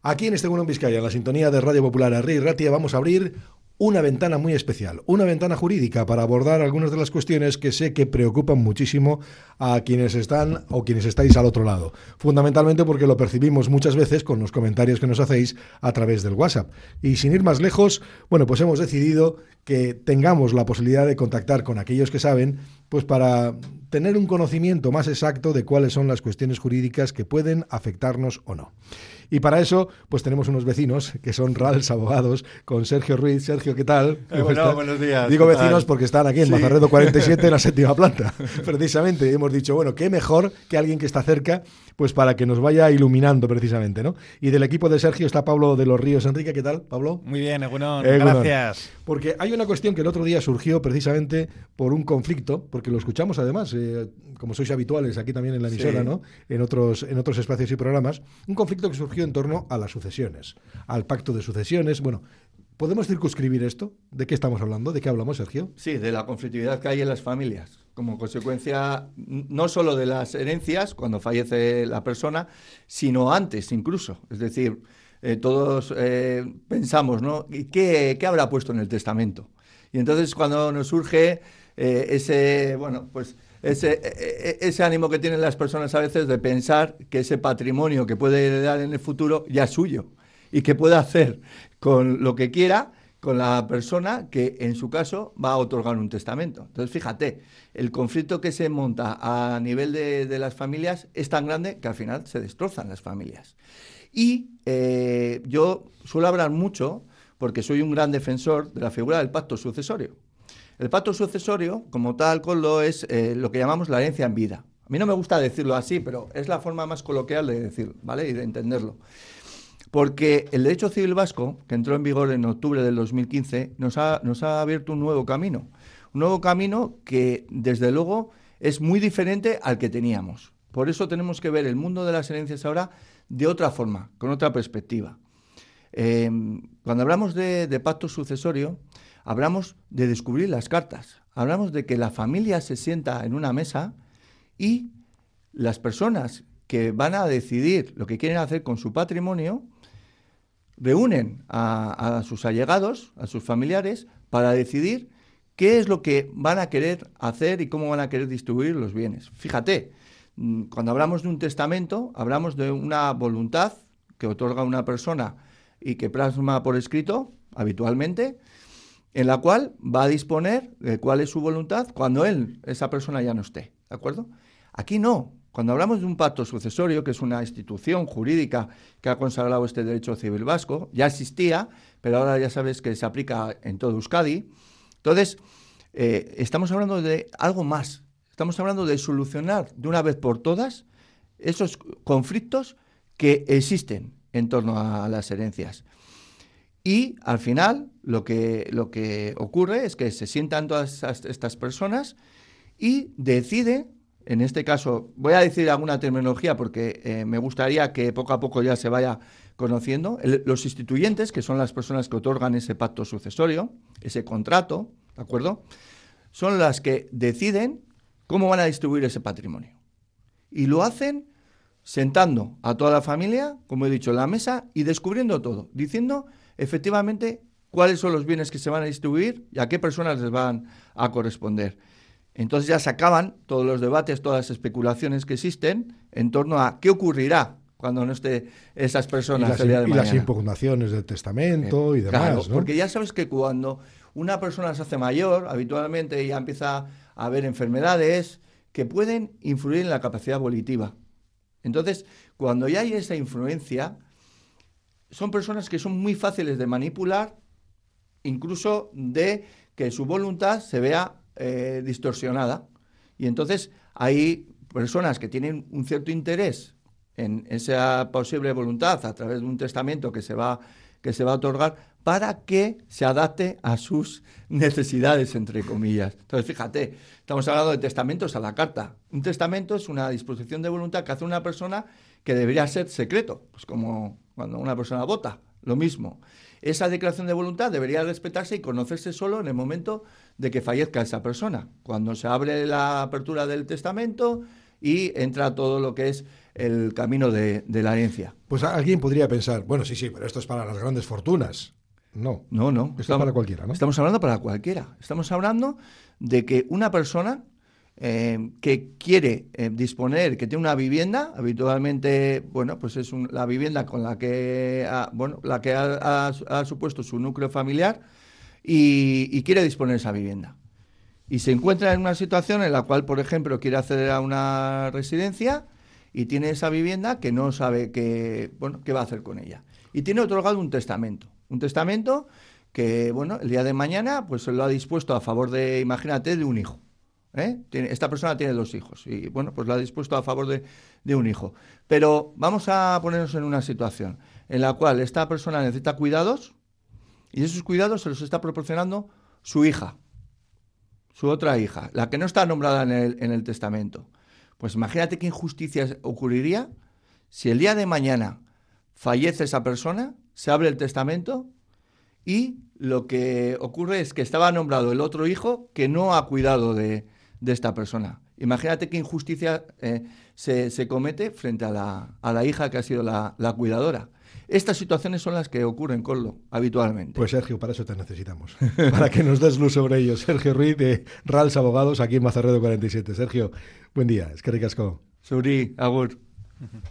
Aquí en Egunon Vizcaya, en la sintonía de Radio Popular Herri y Ratia, vamos a abrir una ventana muy especial, una ventana jurídica para abordar algunas de las cuestiones que sé que preocupan muchísimo a quienes están o quienes estáis al otro lado. Fundamentalmente porque lo percibimos muchas veces con los comentarios que nos hacéis a través del WhatsApp. Y sin ir más lejos, bueno, pues hemos decidido que tengamos la posibilidad de contactar con aquellos que saben, pues para tener un conocimiento más exacto de cuáles son las cuestiones jurídicas que pueden afectarnos o no. Y para eso, pues tenemos unos vecinos que son RALs abogados, con Sergio Ruiz. Sergio, ¿qué tal? Bueno, buenos días. Digo vecinos porque están aquí en Mazarredo 47, en la 7ª planta. Precisamente, y hemos dicho, bueno, qué mejor que alguien que está cerca, pues para que nos vaya iluminando precisamente, ¿no? Y del equipo de Sergio está Pablo de los Ríos. Enrique, ¿qué tal, Pablo? Muy bien, Egunon, gracias. Porque hay una cuestión que el otro día surgió precisamente por un conflicto, porque lo escuchamos además, como sois habituales aquí también en la emisora, sí, ¿no? En otros espacios y programas, un conflicto que surgió en torno a las sucesiones, al pacto de sucesiones. Bueno, ¿podemos circunscribir esto? ¿De qué estamos hablando? ¿De qué hablamos, Sergio? Sí, de la conflictividad que hay en las familias, como consecuencia no solo de las herencias, cuando fallece la persona, sino antes incluso. Es decir, todos pensamos, ¿no? ¿Qué habrá puesto en el testamento? Y entonces cuando nos surge ese ánimo que tienen las personas a veces de pensar que ese patrimonio que puede heredar en el futuro ya es suyo y que puede hacer con lo que quiera con la persona que en su caso va a otorgar un testamento. Entonces fíjate, el conflicto que se monta a nivel de las familias es tan grande que al final se destrozan las familias. Y yo suelo hablar mucho, porque soy un gran defensor de la figura del pacto sucesorio. El pacto sucesorio, como tal, Coldo, es lo que llamamos la herencia en vida. A mí no me gusta decirlo así, pero es la forma más coloquial de decirlo, ¿vale? Y de entenderlo. Porque el derecho civil vasco, que entró en vigor en octubre del 2015, nos ha abierto un nuevo camino. Un nuevo camino que, desde luego, es muy diferente al que teníamos. Por eso tenemos que ver el mundo de las herencias ahora de otra forma, con otra perspectiva. Cuando hablamos de pacto sucesorio, hablamos de descubrir las cartas. Hablamos de que la familia se sienta en una mesa y las personas que van a decidir lo que quieren hacer con su patrimonio reúnen a sus allegados, a sus familiares, para decidir qué es lo que van a querer hacer y cómo van a querer distribuir los bienes. Fíjate, cuando hablamos de un testamento, hablamos de una voluntad que otorga una persona y que plasma por escrito, habitualmente, en la cual va a disponer de cuál es su voluntad cuando esa persona ya no esté, ¿de acuerdo? Aquí no. Cuando hablamos de un pacto sucesorio, que es una institución jurídica que ha consagrado este derecho civil vasco, ya existía, pero ahora ya sabes que se aplica en todo Euskadi. Entonces, estamos hablando de algo más. Estamos hablando de solucionar de una vez por todas esos conflictos que existen en torno a las herencias. Y al final lo que ocurre es que se sientan todas estas personas y deciden, en este caso voy a decir alguna terminología porque me gustaría que poco a poco ya se vaya conociendo, los instituyentes, que son las personas que otorgan ese pacto sucesorio, ese contrato, ¿de acuerdo? Son las que deciden cómo van a distribuir ese patrimonio. Y lo hacen sentando a toda la familia, como he dicho, en la mesa y descubriendo todo, diciendo efectivamente cuáles son los bienes que se van a distribuir y a qué personas les van a corresponder. Entonces ya se acaban todos los debates, todas las especulaciones que existen en torno a qué ocurrirá cuando no esté esas personas el día de mañana. Y las impugnaciones del testamento y demás, claro, ¿no? Porque ya sabes que cuando una persona se hace mayor, habitualmente ya empieza a haber enfermedades que pueden influir en la capacidad volitiva. Entonces, cuando ya hay esa influencia, son personas que son muy fáciles de manipular, incluso de que su voluntad se vea distorsionada. Y entonces hay personas que tienen un cierto interés en esa posible voluntad a través de un testamento que se va a otorgar para que se adapte a sus necesidades, entre comillas. Entonces, fíjate, estamos hablando de testamentos a la carta. Un testamento es una disposición de voluntad que hace una persona que debería ser secreto, pues como cuando una persona vota, lo mismo. Esa declaración de voluntad debería respetarse y conocerse solo en el momento de que fallezca esa persona, cuando se abre la apertura del testamento y entra todo lo que es el camino de la herencia. Pues alguien podría pensar, bueno, sí, pero esto es para las grandes fortunas. No. Esto es para cualquiera, ¿no? Estamos hablando para cualquiera. Estamos hablando de que una persona que quiere disponer, que tiene una vivienda, habitualmente, bueno, pues es la vivienda con la que ha supuesto su núcleo familiar y quiere disponer de esa vivienda. Y se encuentra en una situación en la cual, por ejemplo, quiere acceder a una residencia y tiene esa vivienda que no sabe qué va a hacer con ella. Y tiene otorgado un testamento. Un testamento que, bueno, el día de mañana pues se lo ha dispuesto a favor de, imagínate, de un hijo. Esta persona tiene 2 hijos y, bueno, pues lo ha dispuesto a favor de un hijo. Pero vamos a ponernos en una situación en la cual esta persona necesita cuidados y esos cuidados se los está proporcionando su hija, su otra hija, la que no está nombrada en el testamento. Pues imagínate qué injusticia ocurriría si el día de mañana fallece esa persona, se abre el testamento y lo que ocurre es que estaba nombrado el otro hijo que no ha cuidado de esta persona. Imagínate qué injusticia se comete frente a la hija que ha sido la cuidadora. Estas situaciones son las que ocurren, Coldo, habitualmente. Pues Sergio, para eso te necesitamos, para que nos des luz sobre ello. Sergio Ruiz de RALS Abogados, aquí en Mazarredo 47. Sergio, buen día, eskerrik asko. Zuri, agur.